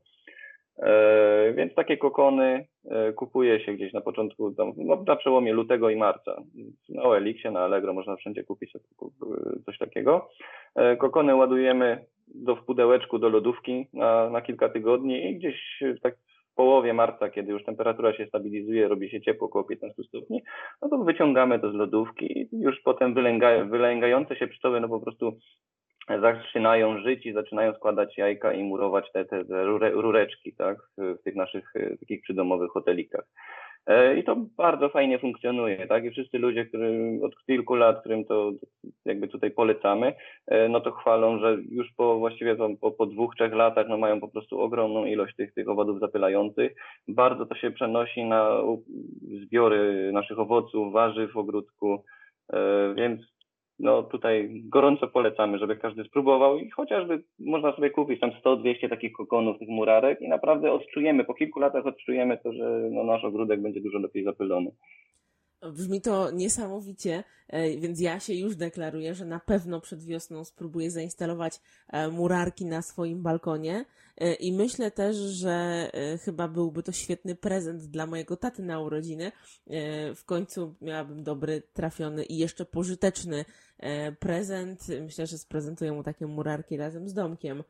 E, więc takie kokony e, kupuje się gdzieś na początku, tam, no, na przełomie lutego i marca. Na O L X-ie, na Allegro można wszędzie kupić coś takiego. E, kokony ładujemy do, w pudełeczku do lodówki na, na kilka tygodni i gdzieś tak w połowie marca, kiedy już temperatura się stabilizuje, robi się ciepło, około piętnaście stopni, no to wyciągamy to z lodówki i już potem wylęga, wylęgające się pszczoły, no po prostu zaczynają żyć i zaczynają składać jajka i murować te, te, te rureczki, tak, w tych naszych takich przydomowych hotelikach. I to bardzo fajnie funkcjonuje, tak, i wszyscy ludzie, którym od kilku lat, którym to jakby tutaj polecamy, no to chwalą, że już po właściwie po, po dwóch, trzech latach no mają po prostu ogromną ilość tych, tych owadów zapylających. Bardzo to się przenosi na zbiory naszych owoców, warzyw w ogródku, więc no tutaj gorąco polecamy, żeby każdy spróbował i chociażby można sobie kupić tam sto dwieście takich kokonów, tych murarek i naprawdę odczujemy, po kilku latach odczujemy to, że no nasz ogródek będzie dużo lepiej zapylony. Brzmi to niesamowicie, więc ja się już deklaruję, że na pewno przed wiosną spróbuję zainstalować murarki na swoim balkonie i myślę też, że chyba byłby to świetny prezent dla mojego taty na urodziny. W końcu miałabym dobry, trafiony i jeszcze pożyteczny prezent. Myślę, że sprezentuję mu takie murarki razem z domkiem.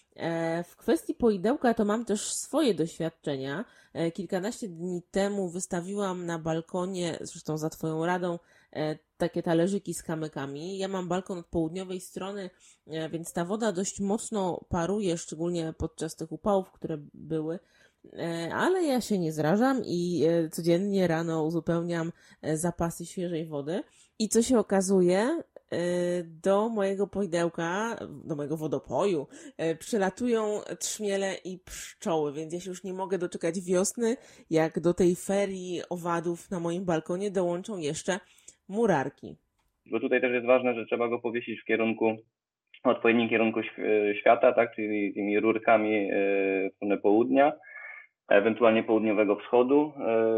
W kwestii poidełka to mam też swoje doświadczenia. Kilkanaście dni temu wystawiłam na balkonie, zresztą za Twoją radą, takie talerzyki z kamykami. Ja mam balkon od południowej strony, więc ta woda dość mocno paruje, szczególnie podczas tych upałów, które były. Ale ja się nie zrażam i codziennie rano uzupełniam zapasy świeżej wody. I co się okazuje, do mojego poidełka, do mojego wodopoju przylatują trzmiele i pszczoły, więc ja się już nie mogę doczekać wiosny, jak do tej ferii owadów na moim balkonie dołączą jeszcze murarki. Bo tutaj też jest ważne, że trzeba go powiesić w kierunku, w odpowiednim kierunku świata, tak, czyli tymi rurkami w stronę południa, ewentualnie południowego wschodu,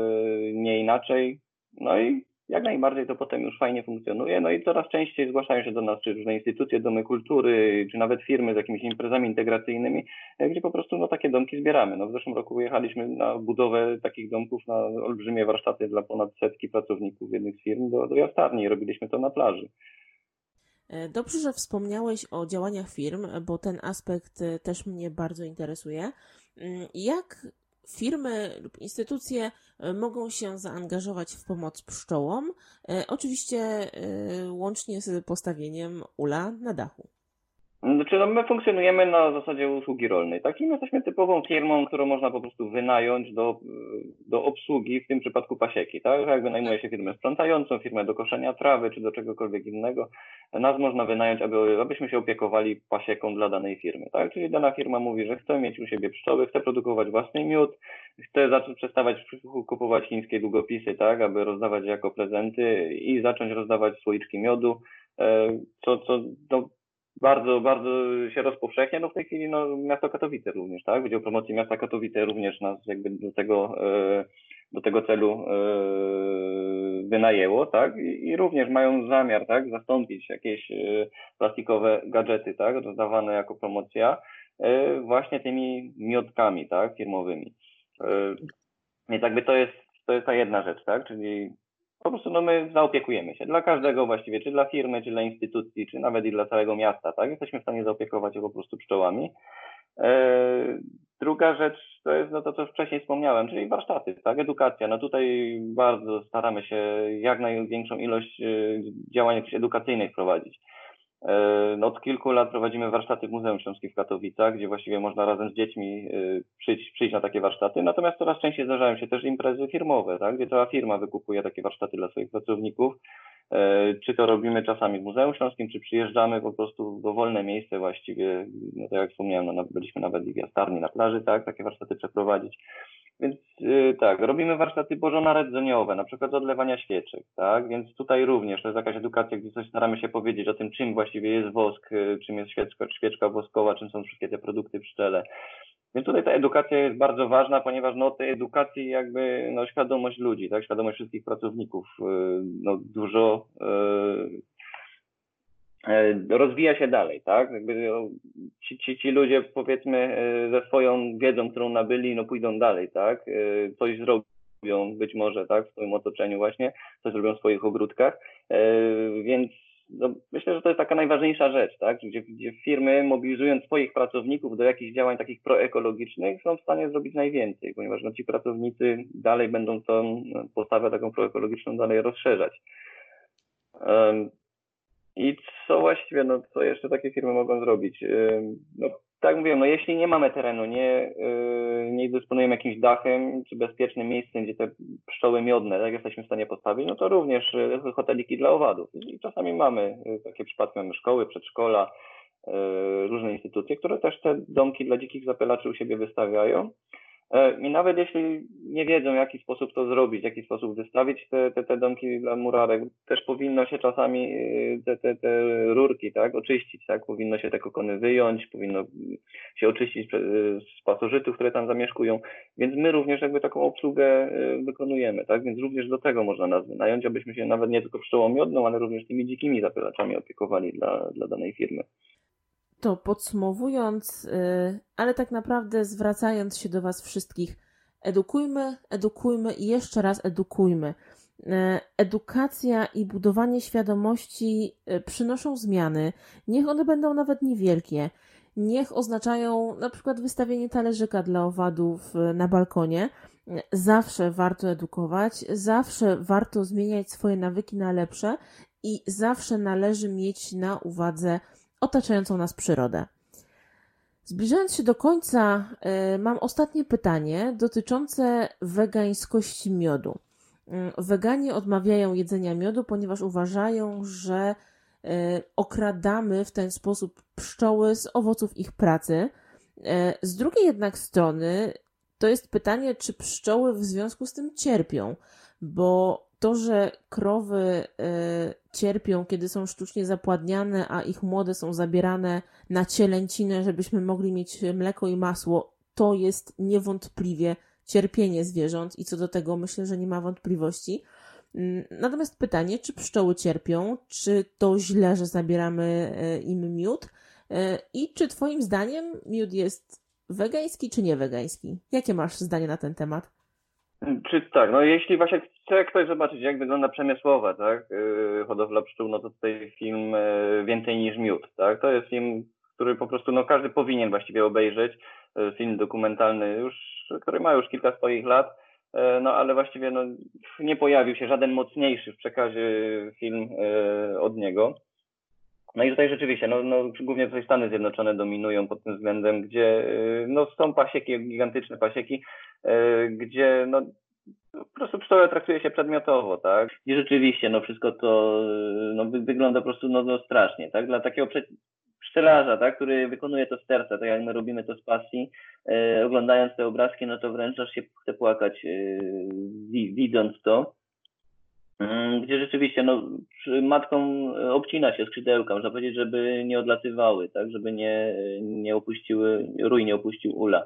nie inaczej. No i jak najbardziej to potem już fajnie funkcjonuje. No i coraz częściej zgłaszają się do nas czy różne instytucje, domy kultury, czy nawet firmy z jakimiś imprezami integracyjnymi, gdzie po prostu no, takie domki zbieramy. No, w zeszłym roku jechaliśmy na budowę takich domków, na olbrzymie warsztaty dla ponad setki pracowników jednych z firm do, do Jastarni i robiliśmy to na plaży. Dobrze, że wspomniałeś o działaniach firm, bo ten aspekt też mnie bardzo interesuje. Jak firmy lub instytucje mogą się zaangażować w pomoc pszczołom, oczywiście łącznie z postawieniem ula na dachu. Znaczy, no my funkcjonujemy na zasadzie usługi rolnej. Takim jesteśmy typową firmą, którą można po prostu wynająć do, do obsługi, w tym przypadku pasieki. Tak? Jak wynajmuje się firmę sprzątającą, firmę do koszenia trawy czy do czegokolwiek innego, nas można wynająć, aby, abyśmy się opiekowali pasieką dla danej firmy. Tak? Czyli dana firma mówi, że chce mieć u siebie pszczoły, chce produkować własny miód, chce zacząć przestawać kupować chińskie długopisy, tak, aby rozdawać je jako prezenty i zacząć rozdawać słoiczki miodu, co, co no, bardzo, bardzo się rozpowszechnia. No w tej chwili no, miasto Katowice również, tak? Wydział Promocji Miasta Katowice również nas jakby do tego, do tego celu wynajęło, tak? I, i również mają zamiar, tak, zastąpić jakieś plastikowe gadżety, tak, rozdawane jako promocja właśnie tymi miodkami, tak, firmowymi. Więc jakby to jest, to jest ta jedna rzecz, tak? Czyli po prostu no my zaopiekujemy się dla każdego właściwie, czy dla firmy, czy dla instytucji, czy nawet i dla całego miasta, tak? Jesteśmy w stanie zaopiekować się po prostu pszczołami. Eee, druga rzecz to jest no to, co wcześniej wspomniałem, czyli warsztaty, tak? Edukacja. No tutaj bardzo staramy się jak największą ilość działań jakichś edukacyjnych prowadzić. No, od kilku lat prowadzimy warsztaty w Muzeum Śląskim w Katowicach, gdzie właściwie można razem z dziećmi przyjść, przyjść na takie warsztaty. Natomiast coraz częściej zdarzają się też imprezy firmowe, tak, gdzie cała firma wykupuje takie warsztaty dla swoich pracowników. Czy to robimy czasami w Muzeum Śląskim, czy przyjeżdżamy po prostu w dowolne miejsce właściwie, no tak jak wspomniałem, no, byliśmy nawet w Jastarni na plaży, tak, takie warsztaty przeprowadzić. Więc yy, tak, robimy warsztaty bożonarodzeniowe, na przykład odlewania świeczek, tak, więc tutaj również to jest jakaś edukacja, gdzie coś staramy się powiedzieć o tym, czym właściwie jest wosk, yy, czym jest świeczka, świeczka woskowa, czym są wszystkie te produkty pszczele. Więc tutaj ta edukacja jest bardzo ważna, ponieważ no tej edukacji jakby no świadomość ludzi, tak, świadomość wszystkich pracowników yy, no dużo yy, rozwija się dalej, tak? Jakby ci, ci, ci ludzie, powiedzmy, ze swoją wiedzą, którą nabyli, no pójdą dalej, tak? Coś zrobią być może, tak? W swoim otoczeniu właśnie, coś zrobią w swoich ogródkach, więc no, myślę, że to jest taka najważniejsza rzecz, tak? Gdzie, gdzie firmy, mobilizując swoich pracowników do jakichś działań takich proekologicznych, są w stanie zrobić najwięcej, ponieważ no, ci pracownicy dalej będą tą postawę taką proekologiczną dalej rozszerzać. Um, I co właściwie, no co jeszcze takie firmy mogą zrobić? No tak mówię, no jeśli nie mamy terenu, nie, nie dysponujemy jakimś dachem czy bezpiecznym miejscem, gdzie te pszczoły miodne, tak jesteśmy w stanie postawić, no to również hoteliki dla owadów. I czasami mamy takie przypadki, mamy szkoły, przedszkola, różne instytucje, które też te domki dla dzikich zapylaczy u siebie wystawiają. I nawet jeśli nie wiedzą, w jaki sposób to zrobić, w jaki sposób wystawić te, te, te domki dla murarek, też powinno się czasami te, te, te rurki, tak, oczyścić, tak, powinno się te kokony wyjąć, powinno się oczyścić z pasożytów, które tam zamieszkują, więc my również jakby taką obsługę wykonujemy, tak, więc również do tego można nas wynająć, abyśmy się nawet nie tylko pszczołą miodną, ale również tymi dzikimi zapylaczami opiekowali dla, dla danej firmy. To podsumowując, ale tak naprawdę zwracając się do Was wszystkich, edukujmy, edukujmy i jeszcze raz edukujmy. Edukacja i budowanie świadomości przynoszą zmiany, niech one będą nawet niewielkie, niech oznaczają na przykład wystawienie talerzyka dla owadów na balkonie. Zawsze warto edukować, zawsze warto zmieniać swoje nawyki na lepsze i zawsze należy mieć na uwadze otaczającą nas przyrodę. Zbliżając się do końca, y, mam ostatnie pytanie dotyczące wegańskości miodu. Y, weganie odmawiają jedzenia miodu, ponieważ uważają, że y, okradamy w ten sposób pszczoły z owoców ich pracy. Y, z drugiej jednak strony to jest pytanie, czy pszczoły w związku z tym cierpią, bo to, że krowy y, cierpią, kiedy są sztucznie zapładniane, a ich młode są zabierane na cielęcinę, żebyśmy mogli mieć mleko i masło, to jest niewątpliwie cierpienie zwierząt i co do tego myślę, że nie ma wątpliwości. Natomiast pytanie, czy pszczoły cierpią, czy to źle, że zabieramy im miód y, i czy Twoim zdaniem miód jest wegański czy nie wegański? Jakie masz zdanie na ten temat? Czy tak, no jeśli właśnie chce ktoś zobaczyć, jak wygląda przemysłowa, tak, yy, hodowla pszczół, no to tutaj film yy, Więcej niż miód, tak, to jest film, który po prostu, no każdy powinien właściwie obejrzeć, yy, film dokumentalny już, który ma już kilka swoich lat, yy, no ale właściwie no nie pojawił się żaden mocniejszy w przekazie film yy, od niego. No i tutaj rzeczywiście, no, no głównie tutaj Stany Zjednoczone dominują pod tym względem, gdzie no, są pasieki, gigantyczne pasieki, gdzie no, po prostu pszczołę traktuje się przedmiotowo, tak? I rzeczywiście, no wszystko to no, wygląda po prostu no, no strasznie, tak? Dla takiego pszczelarza, tak, który wykonuje to z serca, tak jak my robimy to z pasji, e, oglądając te obrazki, no to wręcz aż się chce płakać, e, widząc to. Gdzie rzeczywiście no, matką obcina się skrzydełka, można powiedzieć, żeby nie odlatywały, tak, żeby nie, nie opuściły, rój nie opuścił ula.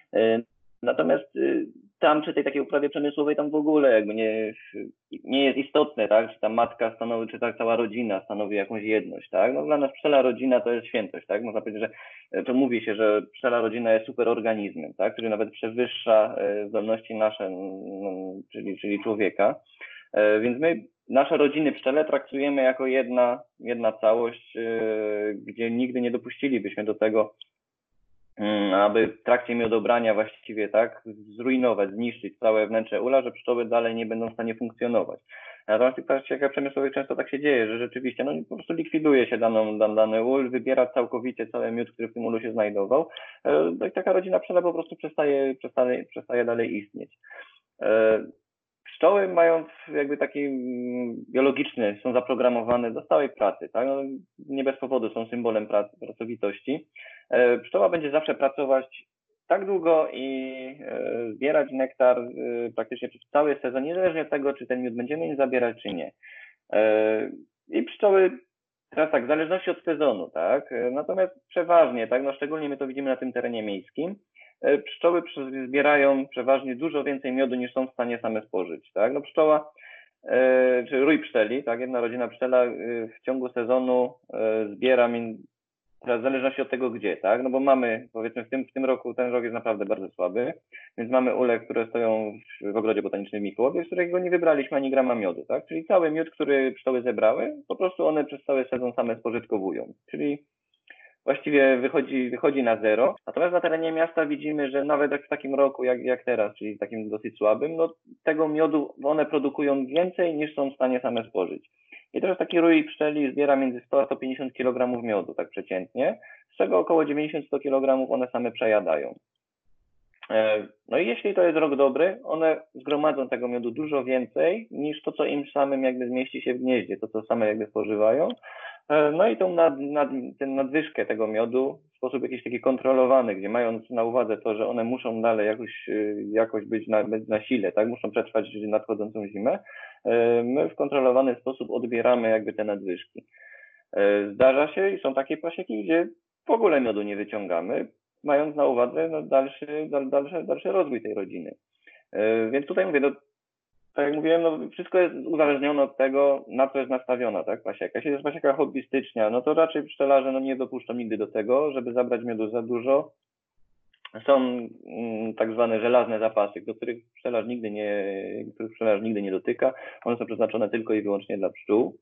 Natomiast tam przy tej takiej uprawie przemysłowej tam w ogóle jakby nie, nie jest istotne, tak, czy ta matka stanowi, czy ta cała rodzina stanowi jakąś jedność, tak. No dla nas pszczela rodzina to jest świętość, tak. Można powiedzieć, że to mówi się, że pszczela rodzina jest superorganizmem, tak, który nawet przewyższa zdolności nasze, no, czyli, czyli człowieka. Więc my nasze rodziny pszczele traktujemy jako jedna, jedna całość, gdzie nigdy nie dopuścilibyśmy do tego, aby w trakcie miodobrania właściwie tak zrujnować, zniszczyć całe wnętrze ula, że pszczoły dalej nie będą w stanie funkcjonować. Natomiast w tych pasiekach przemysłowych często tak się dzieje, że rzeczywiście no, po prostu likwiduje się daną, dan, dany ul, wybiera całkowicie cały miód, który w tym ulu się znajdował. No i taka rodzina pszczela po prostu przestaje, przestaje, przestaje dalej istnieć. Pszczoły, mając jakby taki biologiczny, są zaprogramowane do stałej pracy, tak? No, nie bez powodu są symbolem pracy, pracowitości. Pszczoła będzie zawsze pracować tak długo i zbierać nektar praktycznie przez cały sezon, niezależnie od tego, czy ten miód będziemy im zabierać, czy nie. I pszczoły, teraz tak, w zależności od sezonu, tak? Natomiast przeważnie, tak, no szczególnie my to widzimy na tym terenie miejskim, pszczoły zbierają przeważnie dużo więcej miodu niż są w stanie same spożyć, tak? No pszczoła, e, czy rój pszczeli, tak? Jedna rodzina pszczela e, w ciągu sezonu e, zbiera, min, teraz w zależności od tego gdzie, tak? No bo mamy, powiedzmy w tym, w tym roku, ten rok jest naprawdę bardzo słaby, więc mamy ule, które stoją w, w ogrodzie botanicznym w Mikołowie, z którego nie wybraliśmy ani grama miodu, tak? Czyli cały miód, który pszczoły zebrały, po prostu one przez cały sezon same spożytkowują, czyli właściwie wychodzi, wychodzi na zero. Natomiast na terenie miasta widzimy, że nawet jak w takim roku jak, jak teraz, czyli takim dosyć słabym, no tego miodu one produkują więcej niż są w stanie same spożyć. I teraz taki rój pszczeli zbiera między sto a sto pięćdziesiąt kilogramów miodu, tak przeciętnie, z czego około dziewięćdziesiąt do stu kilogramów one same przejadają. No i jeśli to jest rok dobry, one zgromadzą tego miodu dużo więcej niż to, co im samym jakby zmieści się w gnieździe, to co same jakby spożywają. No i tą nad, nad, ten nadwyżkę tego miodu w sposób jakiś taki kontrolowany, gdzie mając na uwadze to, że one muszą dalej jakoś, jakoś być na, na sile, tak, muszą przetrwać nadchodzącą zimę, my w kontrolowany sposób odbieramy jakby te nadwyżki. Zdarza się i są takie pasieki, gdzie w ogóle miodu nie wyciągamy, mając na uwadze no, dalszy, dalszy, dalszy rozwój tej rodziny. Więc tutaj mówię, no, tak jak mówiłem, no, wszystko jest uzależnione od tego, na co jest nastawiona, tak, pasieka. Jeśli to jest pasieka hobbystyczna, no to raczej pszczelarze no, nie dopuszczą nigdy do tego, żeby zabrać miodu za dużo. Są mm, tak zwane żelazne zapasy, do których pszczelarz nigdy nie, których pszczelarz nigdy nie dotyka. One są przeznaczone tylko i wyłącznie dla pszczół.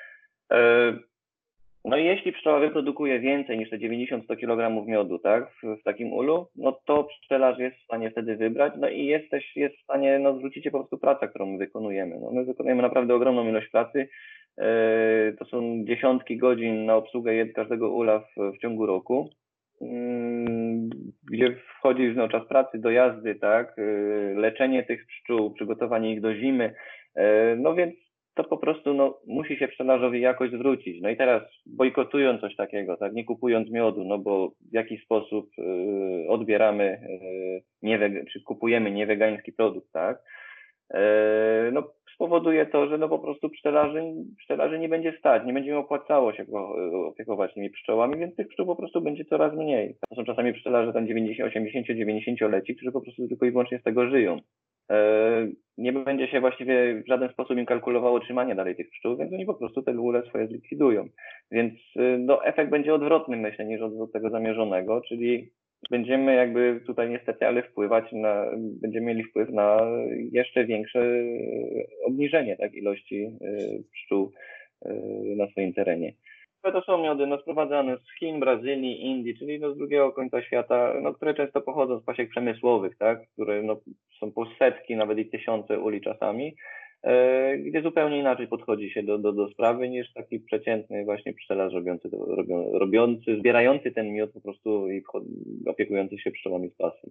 No i jeśli pszczoła wyprodukuje więcej niż te dziewięćdziesiąt do stu kilogramów miodu, tak, w, w takim ulu, no to pszczelarz jest w stanie wtedy wybrać, no i jest też jest w stanie, no zwrócicie po prostu pracę, którą my wykonujemy. No my wykonujemy naprawdę ogromną ilość pracy, yy, to są dziesiątki godzin na obsługę każdego ula w, w ciągu roku, yy, gdzie wchodzi no, czas pracy, dojazdy, tak, yy, leczenie tych pszczół, przygotowanie ich do zimy, yy, no więc to po prostu no, musi się pszczelarzowi jakoś zwrócić. No i teraz bojkotując coś takiego, tak, nie kupując miodu, no bo w jakiś sposób y, odbieramy, y, nie, czy kupujemy niewegański produkt, tak, y, no spowoduje to, że no po prostu pszczelarzy, pszczelarzy nie będzie stać, nie będzie im opłacało się opiekować tymi pszczołami, więc tych pszczół po prostu będzie coraz mniej. To są czasami pszczelarze tam dziewięćdziesiąt, osiemdziesiąt, dziewięćdziesięcioleci, którzy po prostu tylko i wyłącznie z tego żyją. Nie będzie się właściwie w żaden sposób im kalkulowało trzymanie dalej tych pszczół, więc oni po prostu te ule swoje zlikwidują. Więc no, efekt będzie odwrotny, myślę, niż od tego zamierzonego, czyli będziemy jakby tutaj niestety, ale wpływać na, będziemy mieli wpływ na jeszcze większe obniżenie tak, ilości pszczół na swoim terenie. To są miody no, sprowadzane z Chin, Brazylii, Indii, czyli no, z drugiego końca świata, no, które często pochodzą z pasiek przemysłowych, tak, które no, są po setki, nawet i tysiące uli czasami, e, gdzie zupełnie inaczej podchodzi się do, do, do sprawy niż taki przeciętny właśnie pszczelarz robiący, robią, robiący, zbierający ten miód po prostu i opiekujący się pszczołami z pasji.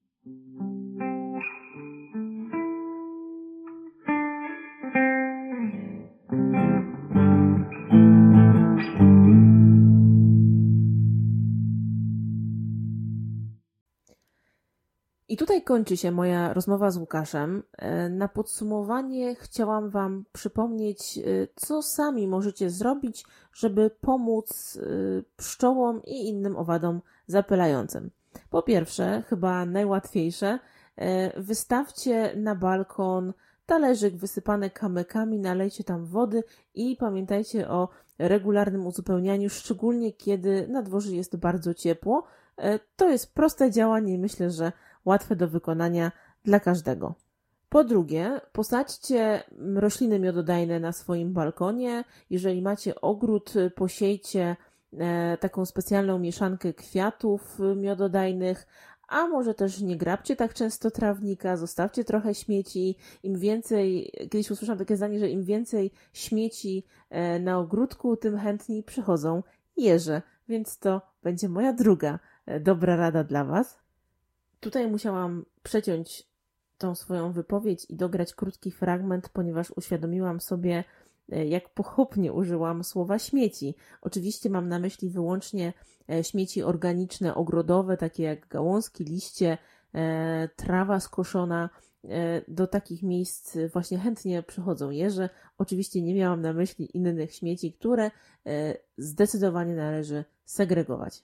I tutaj kończy się moja rozmowa z Łukaszem. Na podsumowanie chciałam Wam przypomnieć, co sami możecie zrobić, żeby pomóc pszczołom i innym owadom zapylającym. Po pierwsze, chyba najłatwiejsze, wystawcie na balkon talerzyk wysypany kamykami, nalejcie tam wody i pamiętajcie o regularnym uzupełnianiu, szczególnie kiedy na dworze jest bardzo ciepło. To jest proste działanie i myślę, że łatwe do wykonania dla każdego. Po drugie, posadźcie rośliny miododajne na swoim balkonie. Jeżeli macie ogród, posiejcie taką specjalną mieszankę kwiatów miododajnych, a może też nie grabcie tak często trawnika, zostawcie trochę śmieci. Im więcej, kiedyś usłyszałam takie zdanie, że im więcej śmieci na ogródku, tym chętniej przychodzą jeże, więc to będzie moja druga dobra rada dla Was. Tutaj musiałam przeciąć tą swoją wypowiedź i dograć krótki fragment, ponieważ uświadomiłam sobie, jak pochopnie użyłam słowa śmieci. Oczywiście mam na myśli wyłącznie śmieci organiczne, ogrodowe, takie jak gałązki, liście, trawa skoszona. Do takich miejsc właśnie chętnie przychodzą jeże. Oczywiście nie miałam na myśli innych śmieci, które zdecydowanie należy segregować.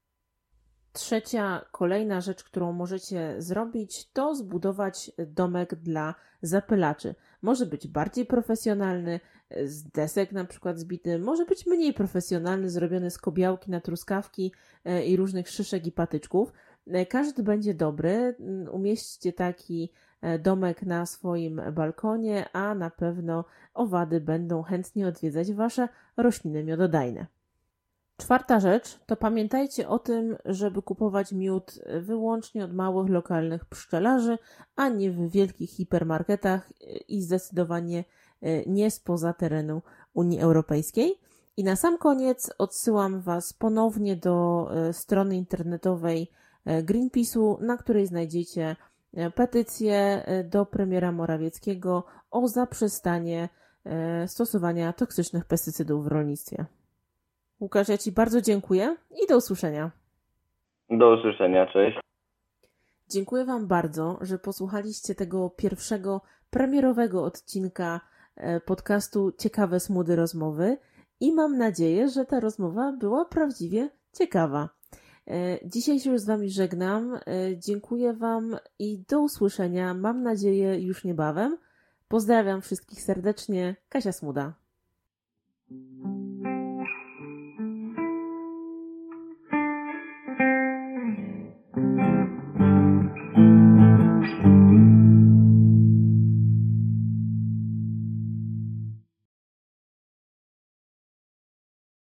Trzecia, kolejna rzecz, którą możecie zrobić, to zbudować domek dla zapylaczy. Może być bardziej profesjonalny, z desek na przykład zbity, może być mniej profesjonalny, zrobiony z kobiałki na truskawki i różnych szyszek i patyczków. Każdy będzie dobry. Umieśćcie taki domek na swoim balkonie, a na pewno owady będą chętnie odwiedzać Wasze rośliny miododajne. Czwarta rzecz to pamiętajcie o tym, żeby kupować miód wyłącznie od małych, lokalnych pszczelarzy, a nie w wielkich hipermarketach i zdecydowanie nie spoza terenu Unii Europejskiej. I na sam koniec odsyłam Was ponownie do strony internetowej Greenpeace'u, na której znajdziecie petycję do premiera Morawieckiego o zaprzestanie stosowania toksycznych pestycydów w rolnictwie. Łukasz, ja Ci bardzo dziękuję i do usłyszenia. Do usłyszenia, cześć. Dziękuję Wam bardzo, że posłuchaliście tego pierwszego premierowego odcinka podcastu Ciekawe Smudy Rozmowy i mam nadzieję, że ta rozmowa była prawdziwie ciekawa. Dzisiaj się już z Wami żegnam. Dziękuję Wam i do usłyszenia. Mam nadzieję już niebawem. Pozdrawiam wszystkich serdecznie. Kasia Smuda.